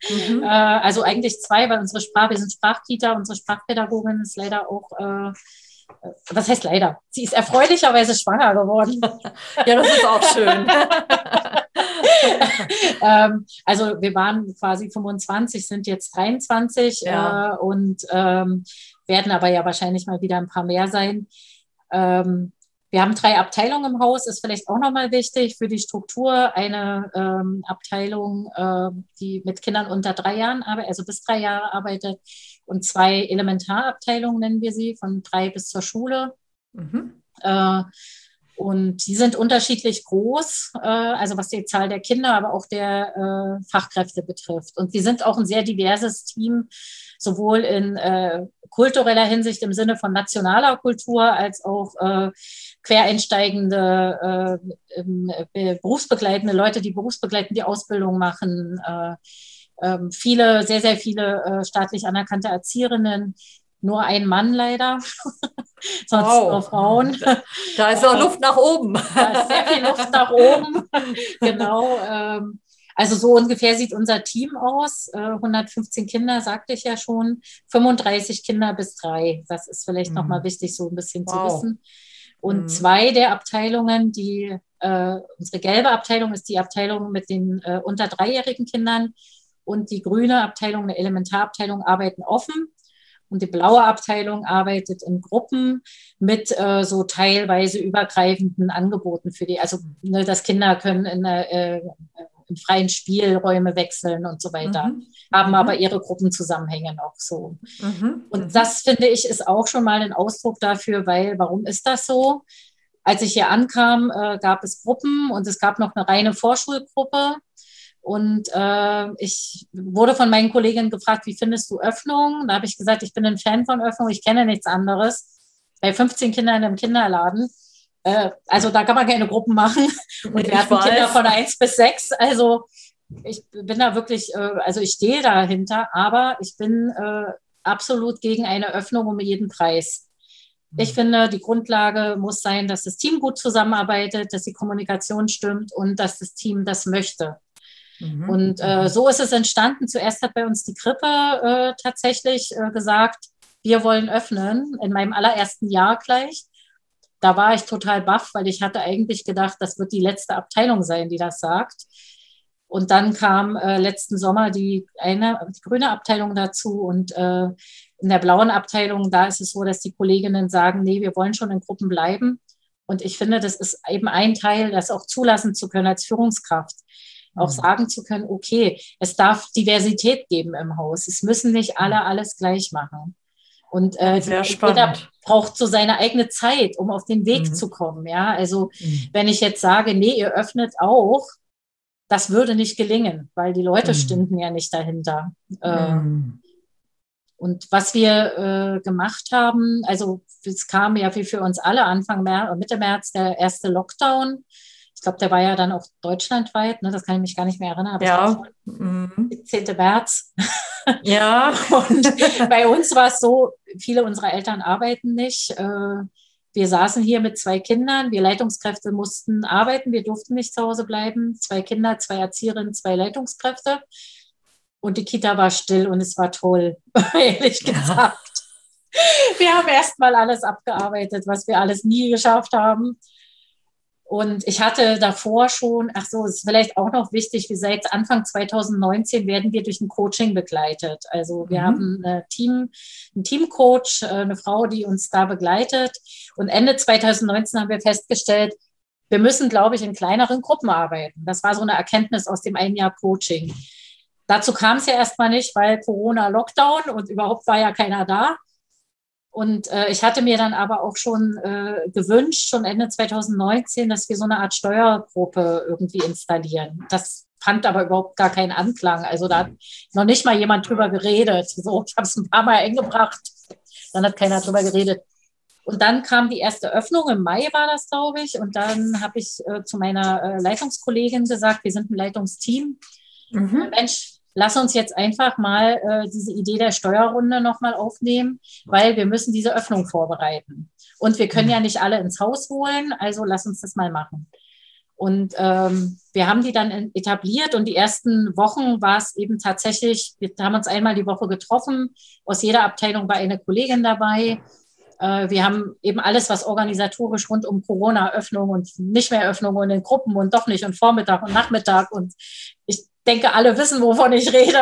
Also eigentlich 2, weil wir sind Sprachkita, unsere Sprachpädagogin ist leider auch, was heißt leider? Sie ist erfreulicherweise schwanger geworden. Ja, das ist auch schön. Also wir waren quasi 25, sind jetzt 23 und werden aber ja wahrscheinlich mal wieder ein paar mehr sein. Wir haben 3 Abteilungen im Haus, ist vielleicht auch nochmal wichtig für die Struktur. Eine Abteilung, die mit Kindern unter 3 Jahren arbeitet, also bis 3 Jahre arbeitet, und 2 Elementarabteilungen nennen wir sie, von 3 bis zur Schule. Und die sind unterschiedlich groß, also was die Zahl der Kinder, aber auch der Fachkräfte betrifft. Und wir sind auch ein sehr diverses Team, sowohl in kultureller Hinsicht im Sinne von nationaler Kultur als auch quereinsteigende berufsbegleitende Leute, die berufsbegleitend die Ausbildung machen, viele, sehr, sehr viele staatlich anerkannte Erzieherinnen, nur ein Mann leider, sonst nur Frauen. Da ist noch Luft nach oben. Da ist sehr viel Luft nach oben, genau. Also so ungefähr sieht unser Team aus. 115 Kinder, sagte ich ja schon, 35 Kinder bis 3. Das ist vielleicht nochmal wichtig, so ein bisschen zu wissen. Und 2 der Abteilungen, unsere gelbe Abteilung ist die Abteilung mit den unter 3-jährigen Kindern und die grüne Abteilung, eine Elementarabteilung, arbeiten offen. Und die blaue Abteilung arbeitet in Gruppen mit so teilweise übergreifenden Angeboten für die, also dass Kinder können im freien Spielräume wechseln und so weiter, haben aber ihre Gruppenzusammenhänge noch so. Und das, finde ich, ist auch schon mal ein Ausdruck dafür, warum ist das so? Als ich hier ankam, gab es Gruppen und es gab noch eine reine Vorschulgruppe. Und ich wurde von meinen Kolleginnen gefragt, wie findest du Öffnung? Da habe ich gesagt, ich bin ein Fan von Öffnung, ich kenne nichts anderes. Bei 15 Kindern im Kinderladen. Also da kann man keine Gruppen machen. Und wir hatten Kinder von 1 bis 6. Also ich bin da wirklich, also ich stehe dahinter, aber ich bin absolut gegen eine Öffnung um jeden Preis. Ich finde, die Grundlage muss sein, dass das Team gut zusammenarbeitet, dass die Kommunikation stimmt und dass das Team das möchte. Und so ist es entstanden. Zuerst hat bei uns die Krippe tatsächlich gesagt, wir wollen öffnen, in meinem allerersten Jahr gleich. Da war ich total baff, weil ich hatte eigentlich gedacht, das wird die letzte Abteilung sein, die das sagt. Und dann kam letzten Sommer die grüne Abteilung dazu und in der blauen Abteilung, da ist es so, dass die Kolleginnen sagen, nee, wir wollen schon in Gruppen bleiben. Und ich finde, das ist eben ein Teil, das auch zulassen zu können als Führungskraft. Auch sagen zu können, okay, es darf Diversität geben im Haus. Es müssen nicht alle alles gleich machen. Und jeder braucht so seine eigene Zeit, um auf den Weg zu kommen. Ja, also wenn ich jetzt sage, nee, ihr öffnet auch, das würde nicht gelingen, weil die Leute stünden ja nicht dahinter. Und was wir gemacht haben, also es kam ja wie für uns alle Mitte März der erste Lockdown. Ich glaube, der war ja dann auch deutschlandweit, ne? Das kann ich mich gar nicht mehr erinnern. Aber ja. 17. März. Ja. Und bei uns war es so, viele unserer Eltern arbeiten nicht. Wir saßen hier mit 2 Kindern. Wir Leitungskräfte mussten arbeiten. Wir durften nicht zu Hause bleiben. 2 Kinder, 2 Erzieherinnen, 2 Leitungskräfte. Und die Kita war still und es war toll, ehrlich gesagt. Wir haben erst mal alles abgearbeitet, was wir alles nie geschafft haben. Und ich hatte davor schon, ist vielleicht auch noch wichtig, wie seit Anfang 2019 werden wir durch ein Coaching begleitet. Also wir haben einen Teamcoach, eine Frau, die uns da begleitet. Und Ende 2019 haben wir festgestellt, wir müssen, glaube ich, in kleineren Gruppen arbeiten. Das war so eine Erkenntnis aus dem 1 Jahr Coaching. Dazu kam es ja erstmal nicht, weil Corona, Lockdown und überhaupt war ja keiner da. Und ich hatte mir dann aber auch schon gewünscht, schon Ende 2019, dass wir so eine Art Steuergruppe irgendwie installieren. Das fand aber überhaupt gar keinen Anklang. Also da hat noch nicht mal jemand drüber geredet. So, ich habe es ein paar Mal eingebracht, dann hat keiner drüber geredet. Und dann kam die erste Öffnung, im Mai war das, glaube ich. Und dann habe ich zu meiner Leitungskollegin gesagt, wir sind ein Leitungsteam. Mensch, lass uns jetzt einfach mal diese Idee der Steuerrunde nochmal aufnehmen, weil wir müssen diese Öffnung vorbereiten. Und wir können ja nicht alle ins Haus holen, also lass uns das mal machen. Und wir haben die dann etabliert und die ersten Wochen war es eben tatsächlich, wir haben uns einmal die Woche getroffen, aus jeder Abteilung war eine Kollegin dabei. Wir haben eben alles, was organisatorisch rund um Corona, Öffnung und nicht mehr Öffnung und in Gruppen und doch nicht und Vormittag und Nachmittag und ich denke, alle wissen, wovon ich rede,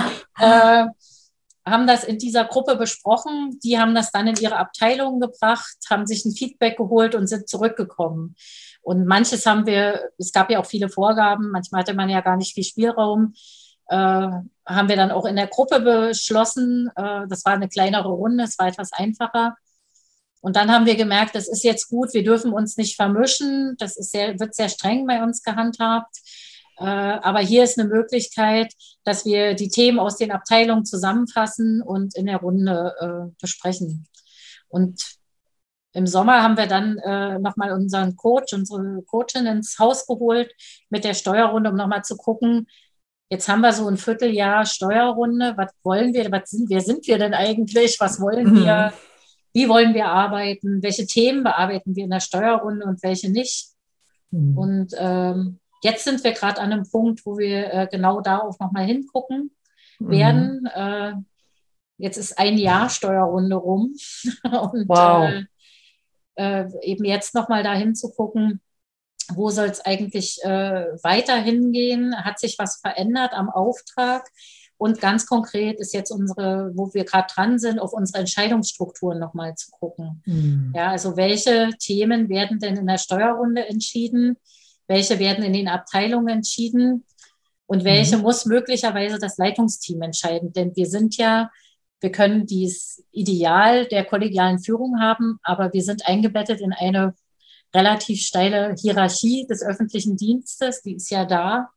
haben das in dieser Gruppe besprochen. Die haben das dann in ihre Abteilungen gebracht, haben sich ein Feedback geholt und sind zurückgekommen. Und manches es gab ja auch viele Vorgaben, manchmal hatte man ja gar nicht viel Spielraum, haben wir dann auch in der Gruppe beschlossen. Das war eine kleinere Runde, es war etwas einfacher. Und dann haben wir gemerkt, das ist jetzt gut, wir dürfen uns nicht vermischen, wird sehr streng bei uns gehandhabt. Aber hier ist eine Möglichkeit, dass wir die Themen aus den Abteilungen zusammenfassen und in der Runde besprechen. Und im Sommer haben wir dann nochmal unsere Coachin ins Haus geholt mit der Steuerrunde, um nochmal zu gucken, jetzt haben wir so ein Vierteljahr Steuerrunde, was wollen wir, wer sind wir denn eigentlich, was wollen wir, wie wollen wir arbeiten, welche Themen bearbeiten wir in der Steuerrunde und welche nicht. Und jetzt sind wir gerade an einem Punkt, wo wir genau darauf nochmal hingucken werden. Jetzt ist ein Jahr Steuerrunde rum. Und wow. Eben jetzt nochmal dahin zu gucken, wo soll es eigentlich weiter hingehen? Hat sich was verändert am Auftrag? Und ganz konkret ist jetzt wo wir gerade dran sind, auf unsere Entscheidungsstrukturen nochmal zu gucken. Ja, also welche Themen werden denn in der Steuerrunde entschieden? Welche werden in den Abteilungen entschieden? Und welche muss möglicherweise das Leitungsteam entscheiden? Denn wir können dieses Ideal der kollegialen Führung haben, aber wir sind eingebettet in eine relativ steile Hierarchie des öffentlichen Dienstes, die ist ja da.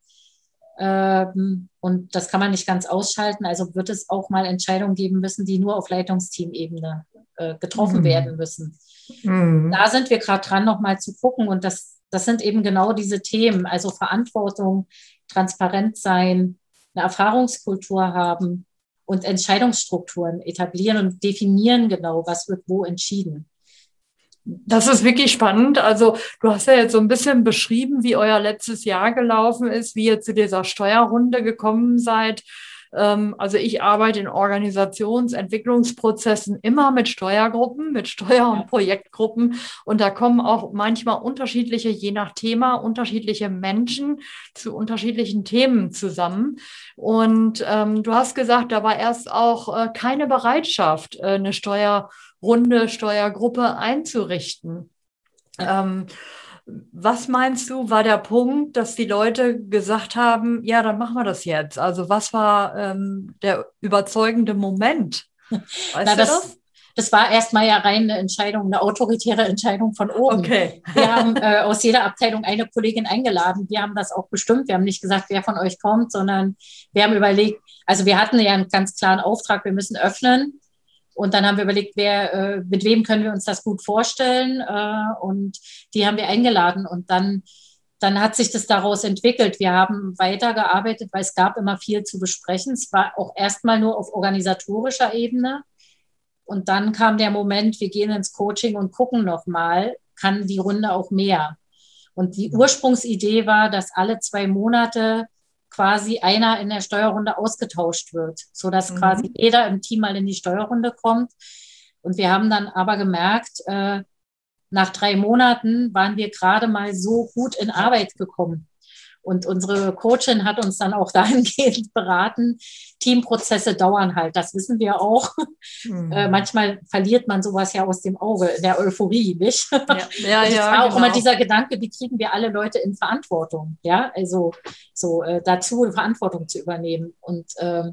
Und das kann man nicht ganz ausschalten. Also wird es auch mal Entscheidungen geben müssen, die nur auf Leitungsteamebene getroffen werden müssen. Da sind wir gerade dran, nochmal zu gucken. Und das sind eben genau diese Themen. Also Verantwortung, transparent sein, eine Erfahrungskultur haben und Entscheidungsstrukturen etablieren und definieren genau, was wird wo entschieden. Das ist wirklich spannend. Also du hast ja jetzt so ein bisschen beschrieben, wie euer letztes Jahr gelaufen ist, wie ihr zu dieser Steuerrunde gekommen seid. Also ich arbeite in Organisationsentwicklungsprozessen immer mit Steuergruppen, mit Steuer- und Projektgruppen. Und da kommen auch manchmal je nach Thema, unterschiedliche Menschen zu unterschiedlichen Themen zusammen. Und du hast gesagt, da war erst auch keine Bereitschaft, eine Steuergruppe einzurichten. Was meinst du, war der Punkt, dass die Leute gesagt haben, ja, dann machen wir das jetzt? Also was war der überzeugende Moment? Weißt du das? Das war erstmal ja rein eine autoritäre Entscheidung von oben. Okay. Wir haben aus jeder Abteilung eine Kollegin eingeladen. Wir haben das auch bestimmt. Wir haben nicht gesagt, wer von euch kommt, sondern wir haben überlegt, also wir hatten ja einen ganz klaren Auftrag, wir müssen öffnen. Und dann haben wir überlegt, mit wem können wir uns das gut vorstellen? Und die haben wir eingeladen. Und dann hat sich das daraus entwickelt. Wir haben weitergearbeitet, weil es gab immer viel zu besprechen. Es war auch erstmal nur auf organisatorischer Ebene. Und dann kam der Moment, wir gehen ins Coaching und gucken nochmal, kann die Runde auch mehr? Und die Ursprungsidee war, dass alle 2 Monate quasi einer in der Steuerrunde ausgetauscht wird, sodass quasi jeder im Team mal in die Steuerrunde kommt. Und wir haben dann aber gemerkt, nach 3 Monaten waren wir gerade mal so gut in Arbeit gekommen. Und unsere Coachin hat uns dann auch dahingehend beraten, Teamprozesse dauern halt, das wissen wir auch. Manchmal verliert man sowas ja aus dem Auge, in der Euphorie, nicht? Ja, und es war auch immer dieser Gedanke, wie kriegen wir alle Leute in Verantwortung, ja, also dazu Verantwortung zu übernehmen. Und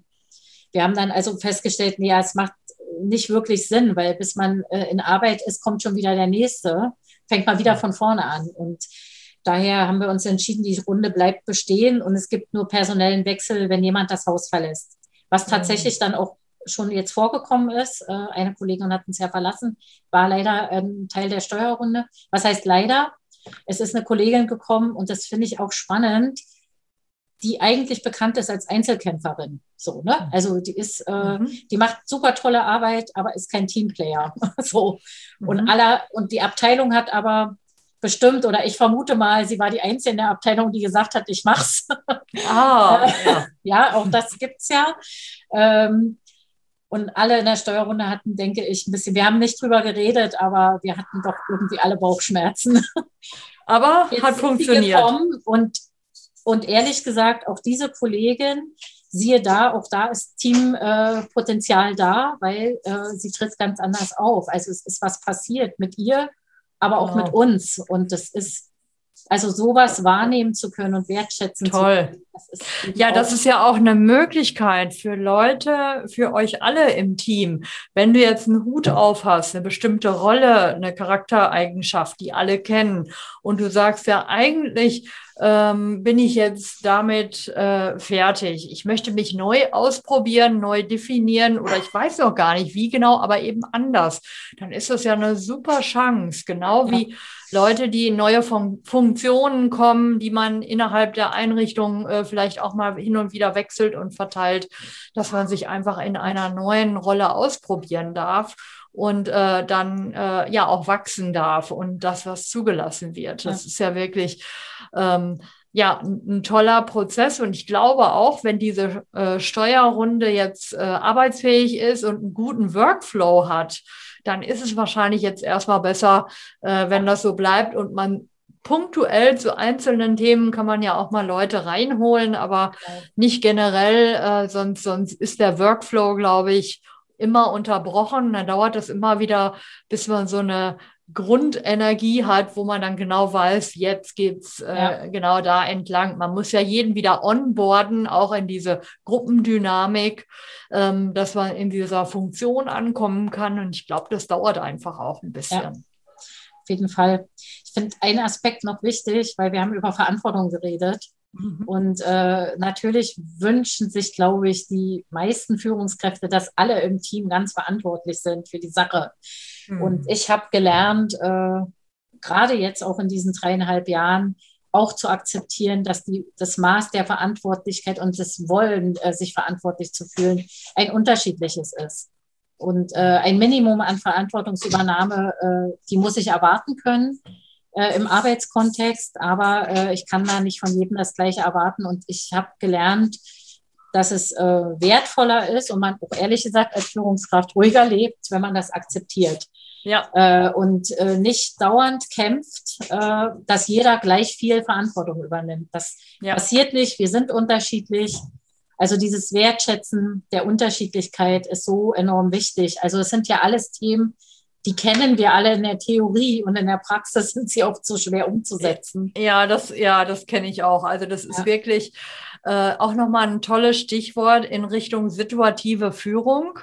wir haben dann also festgestellt, nee, es macht nicht wirklich Sinn, weil bis man in Arbeit ist, kommt schon wieder der Nächste, fängt man wieder von vorne an. Und daher haben wir uns entschieden, die Runde bleibt bestehen und es gibt nur personellen Wechsel, wenn jemand das Haus verlässt. Was tatsächlich dann auch schon jetzt vorgekommen ist. Eine Kollegin hat uns ja verlassen, war leider Teil der Steuerrunde. Was heißt leider? Es ist eine Kollegin gekommen und das finde ich auch spannend, die eigentlich bekannt ist als Einzelkämpferin. So, ne? Also die ist, die macht super tolle Arbeit, aber ist kein Teamplayer. So. Und die Abteilung hat aber bestimmt, oder ich vermute mal, sie war die Einzige in der Abteilung, die gesagt hat, ich mach's. Ja, auch das gibt's ja. Und alle in der Steuerrunde hatten, denke ich, ein bisschen, wir haben nicht drüber geredet, aber wir hatten doch irgendwie alle Bauchschmerzen. Aber jetzt hat funktioniert. Und ehrlich gesagt, auch diese Kollegin, siehe da, auch da ist Teampotenzial da, weil sie tritt ganz anders auf. Also es ist was passiert mit ihr, aber auch mit uns. Und das ist Also sowas wahrnehmen zu können und wertschätzen zu Toll. können. Das ist ja auch eine Möglichkeit für Leute, für euch alle im Team. Wenn du jetzt einen Hut auf hast, eine bestimmte Rolle, eine Charaktereigenschaft, die alle kennen, und du sagst ja, eigentlich bin ich jetzt damit fertig. Ich möchte mich neu ausprobieren, neu definieren oder ich weiß noch gar nicht, wie genau, aber eben anders. Dann ist das ja eine super Chance, genau wie Leute, die in neue Funktionen kommen, die man innerhalb der Einrichtung vielleicht auch mal hin und wieder wechselt und verteilt, dass man sich einfach in einer neuen Rolle ausprobieren darf und dann auch wachsen darf und das, was zugelassen wird. Das ist ja wirklich ein toller Prozess. Und ich glaube auch, wenn diese Steuerrunde jetzt arbeitsfähig ist und einen guten Workflow hat, dann ist es wahrscheinlich jetzt erstmal besser, wenn das so bleibt und man punktuell zu einzelnen Themen kann man ja auch mal Leute reinholen, aber nicht generell, sonst ist der Workflow, glaube ich, immer unterbrochen. Dann dauert es immer wieder, bis man so eine Grundenergie hat, wo man dann genau weiß, jetzt geht's genau da entlang. Man muss ja jeden wieder onboarden, auch in diese Gruppendynamik, dass man in dieser Funktion ankommen kann. Und ich glaube, das dauert einfach auch ein bisschen. Ja, auf jeden Fall. Ich finde einen Aspekt noch wichtig, weil wir haben über Verantwortung geredet. Und natürlich wünschen sich, glaube ich, die meisten Führungskräfte, dass alle im Team ganz verantwortlich sind für die Sache. Und ich habe gelernt, gerade jetzt auch in diesen 3,5 Jahren, auch zu akzeptieren, dass das Maß der Verantwortlichkeit und des Wollen, sich verantwortlich zu fühlen, ein unterschiedliches ist. Und ein Minimum an Verantwortungsübernahme, die muss ich erwarten können im Arbeitskontext, aber ich kann da nicht von jedem das Gleiche erwarten. Und ich habe gelernt, dass es wertvoller ist und man auch ehrlich gesagt als Führungskraft ruhiger lebt, wenn man das akzeptiert. Ja. Und nicht dauernd kämpft, dass jeder gleich viel Verantwortung übernimmt. Das passiert nicht, wir sind unterschiedlich. Also dieses Wertschätzen der Unterschiedlichkeit ist so enorm wichtig. Also es sind ja alles Themen, die kennen wir alle in der Theorie und in der Praxis sind sie oft so schwer umzusetzen. Ja, das kenne ich auch. Also das ist wirklich auch nochmal ein tolles Stichwort in Richtung situative Führung.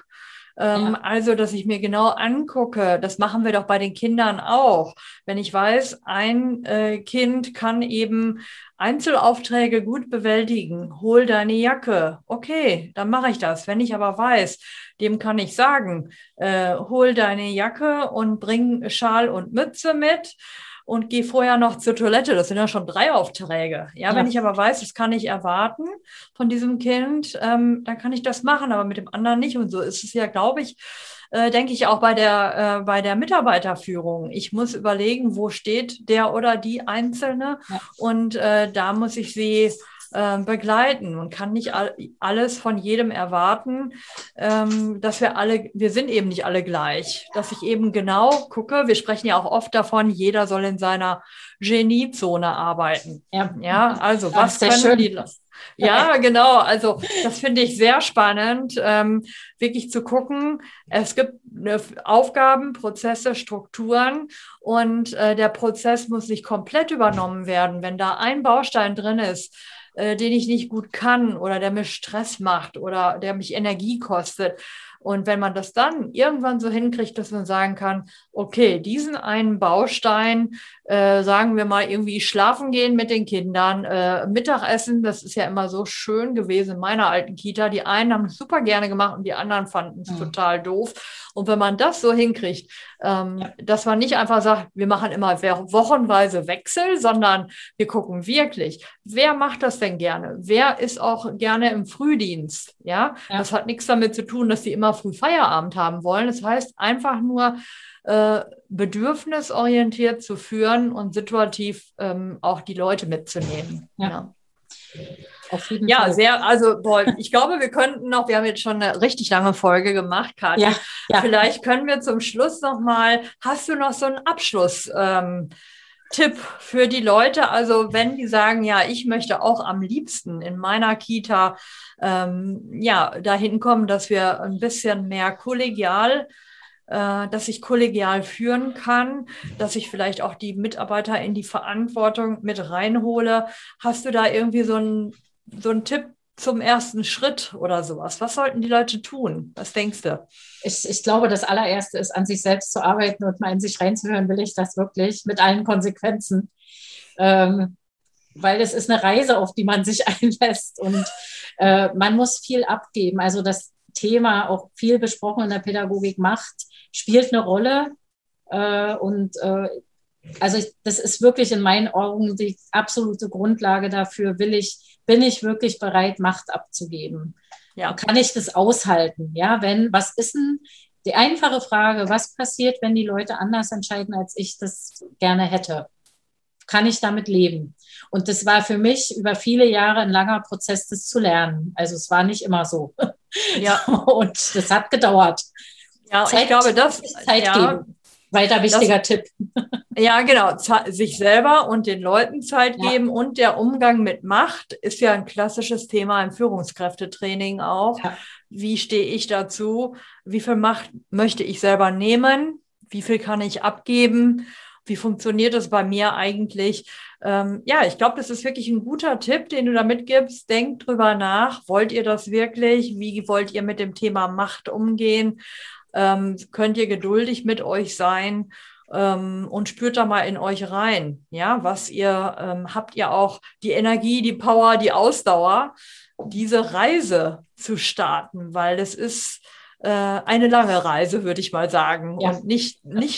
Also, dass ich mir genau angucke, das machen wir doch bei den Kindern auch. Wenn ich weiß, ein Kind kann eben Einzelaufträge gut bewältigen, hol deine Jacke. Okay, dann mache ich das. Wenn ich aber weiß, dem kann ich sagen, hol deine Jacke und bring Schal und Mütze mit. Und gehe vorher noch zur Toilette. Das sind ja schon 3 Aufträge. Ja, wenn ich aber weiß, das kann ich erwarten von diesem Kind, dann kann ich das machen, aber mit dem anderen nicht. Und so ist es ja, glaube ich, denke ich auch bei der Mitarbeiterführung. Ich muss überlegen, wo steht der oder die Einzelne und da muss ich sie begleiten und kann nicht alles von jedem erwarten, dass wir sind eben nicht alle gleich, dass ich eben genau gucke, wir sprechen ja auch oft davon, jeder soll in seiner Geniezone arbeiten. Ja, also was können die... Ja, genau. Also das finde ich sehr spannend, wirklich zu gucken. Es gibt Aufgaben, Prozesse, Strukturen und der Prozess muss nicht komplett übernommen werden. Wenn da ein Baustein drin ist, den ich nicht gut kann oder der mir Stress macht oder der mich Energie kostet. Und wenn man das dann irgendwann so hinkriegt, dass man sagen kann, okay, diesen einen Baustein, sagen wir mal irgendwie schlafen gehen mit den Kindern, Mittagessen, das ist ja immer so schön gewesen in meiner alten Kita. Die einen haben es super gerne gemacht und die anderen fanden es total doof. Und wenn man das so hinkriegt, dass man nicht einfach sagt, wir machen immer wochenweise Wechsel, sondern wir gucken wirklich, wer macht das denn gerne? Wer ist auch gerne im Frühdienst? Ja, das hat nichts damit zu tun, dass die immer früh Feierabend haben wollen. Das heißt einfach nur, bedürfnisorientiert zu führen und situativ auch die Leute mitzunehmen. Ja. Auf jeden Fall. Ich glaube, wir haben jetzt schon eine richtig lange Folge gemacht, Kathi. Ja. Vielleicht können wir zum Schluss nochmal, hast du noch so einen Abschluss-Tipp für die Leute? Also wenn die sagen, ja, ich möchte auch am liebsten in meiner Kita dahin kommen, dass wir ein bisschen mehr kollegial dass ich kollegial führen kann, dass ich vielleicht auch die Mitarbeiter in die Verantwortung mit reinhole. Hast du da irgendwie so einen Tipp zum ersten Schritt oder sowas? Was sollten die Leute tun? Was denkst du? Ich glaube, das allererste ist, an sich selbst zu arbeiten und mal in sich reinzuhören, will ich das wirklich mit allen Konsequenzen. Weil es ist eine Reise, auf die man sich einlässt und man muss viel abgeben. Also das Thema, auch viel besprochen in der Pädagogik, Macht, spielt eine Rolle. Das ist wirklich in meinen Augen die absolute Grundlage dafür, bin ich wirklich bereit, Macht abzugeben? Ja. Kann ich das aushalten? Ja, was ist denn die einfache Frage, was passiert, wenn die Leute anders entscheiden, als ich das gerne hätte? Kann ich damit leben? Und das war für mich über viele Jahre ein langer Prozess, das zu lernen. Also es war nicht immer so. Ja. Und das hat gedauert. Ja, ich glaube, das Zeit geben. Weiter wichtiger Tipp. Ja, genau. Sich selber und den Leuten Zeit geben und der Umgang mit Macht ist ja ein klassisches Thema im Führungskräftetraining auch. Ja. Wie stehe ich dazu? Wie viel Macht möchte ich selber nehmen? Wie viel kann ich abgeben? Wie funktioniert das bei mir eigentlich? Ich glaube, das ist wirklich ein guter Tipp, den du da mitgibst. Denkt drüber nach. Wollt ihr das wirklich? Wie wollt ihr mit dem Thema Macht umgehen? Könnt ihr geduldig mit euch sein? Und spürt da mal in euch rein. Ja, habt ihr auch die Energie, die Power, die Ausdauer, diese Reise zu starten? Weil es ist eine lange Reise, würde ich mal sagen, und nicht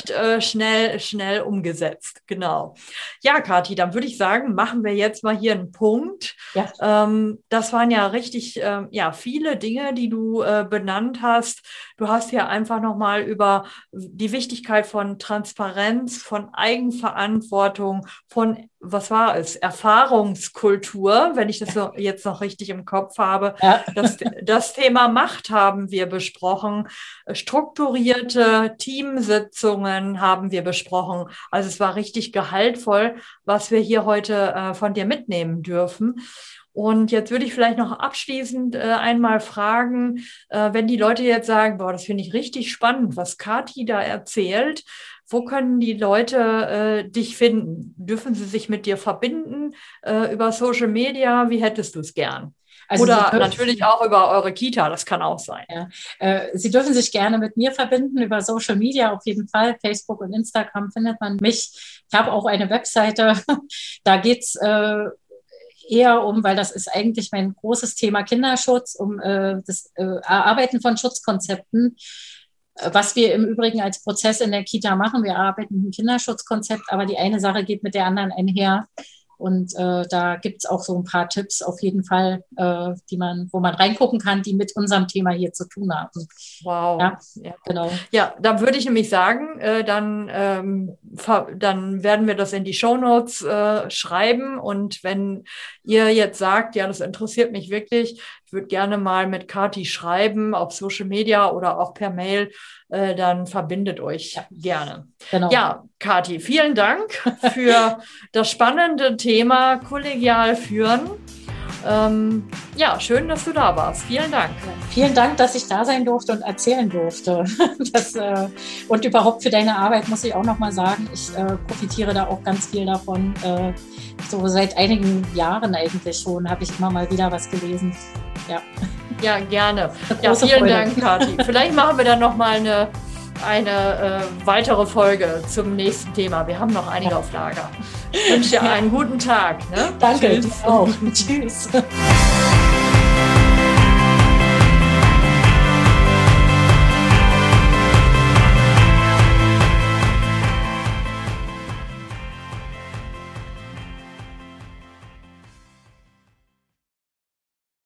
schnell umgesetzt. Genau. Ja, Kathi, dann würde ich sagen, machen wir jetzt mal hier einen Punkt. Ja. Das waren ja richtig viele Dinge, die du benannt hast. Du hast ja einfach nochmal über die Wichtigkeit von Transparenz, von Eigenverantwortung, von, was war es, Erfahrungskultur, wenn ich das so jetzt noch richtig im Kopf habe. Ja. Das Thema Macht haben wir besprochen, strukturierte Teamsitzungen haben wir besprochen. Also es war richtig gehaltvoll, was wir hier heute von dir mitnehmen dürfen. Und jetzt würde ich vielleicht noch abschließend einmal fragen, wenn die Leute jetzt sagen, boah, das finde ich richtig spannend, was Kathi da erzählt, wo können die Leute dich finden? Dürfen sie sich mit dir verbinden über Social Media? Wie hättest du es gern? Also oder natürlich auch über eure Kita, das kann auch sein. Ja. Sie dürfen sich gerne mit mir verbinden über Social Media, auf jeden Fall. Facebook und Instagram findet man mich. Ich habe auch eine Webseite, da geht es eher weil das ist eigentlich mein großes Thema Kinderschutz, um das Erarbeiten von Schutzkonzepten, was wir im Übrigen als Prozess in der Kita machen. Wir arbeiten ein Kinderschutzkonzept, aber die eine Sache geht mit der anderen einher. Und da gibt es auch so ein paar Tipps auf jeden Fall, wo man reingucken kann, die mit unserem Thema hier zu tun haben. Wow. Ja, genau. Ja, da würde ich nämlich sagen, dann werden wir das in die Shownotes schreiben. Und wenn ihr jetzt sagt, ja, das interessiert mich wirklich, ich würde gerne mal mit Kathi schreiben auf Social Media oder auch per Mail, dann verbindet euch gerne. Genau. Ja, Kathi, vielen Dank für das spannende Thema kollegial führen. Schön, dass du da warst. Vielen Dank. Vielen Dank, dass ich da sein durfte und erzählen durfte. Und überhaupt für deine Arbeit muss ich auch noch mal sagen, ich profitiere da auch ganz viel davon. So seit einigen Jahren eigentlich schon habe ich immer mal wieder was gelesen. Ja, gerne. Ja, vielen Dank, Kathi. Vielleicht machen wir dann noch mal eine weitere Folge zum nächsten Thema. Wir haben noch einige auf Lager. Ich wünsche dir einen guten Tag. Ne? Danke, du auch. Tschüss.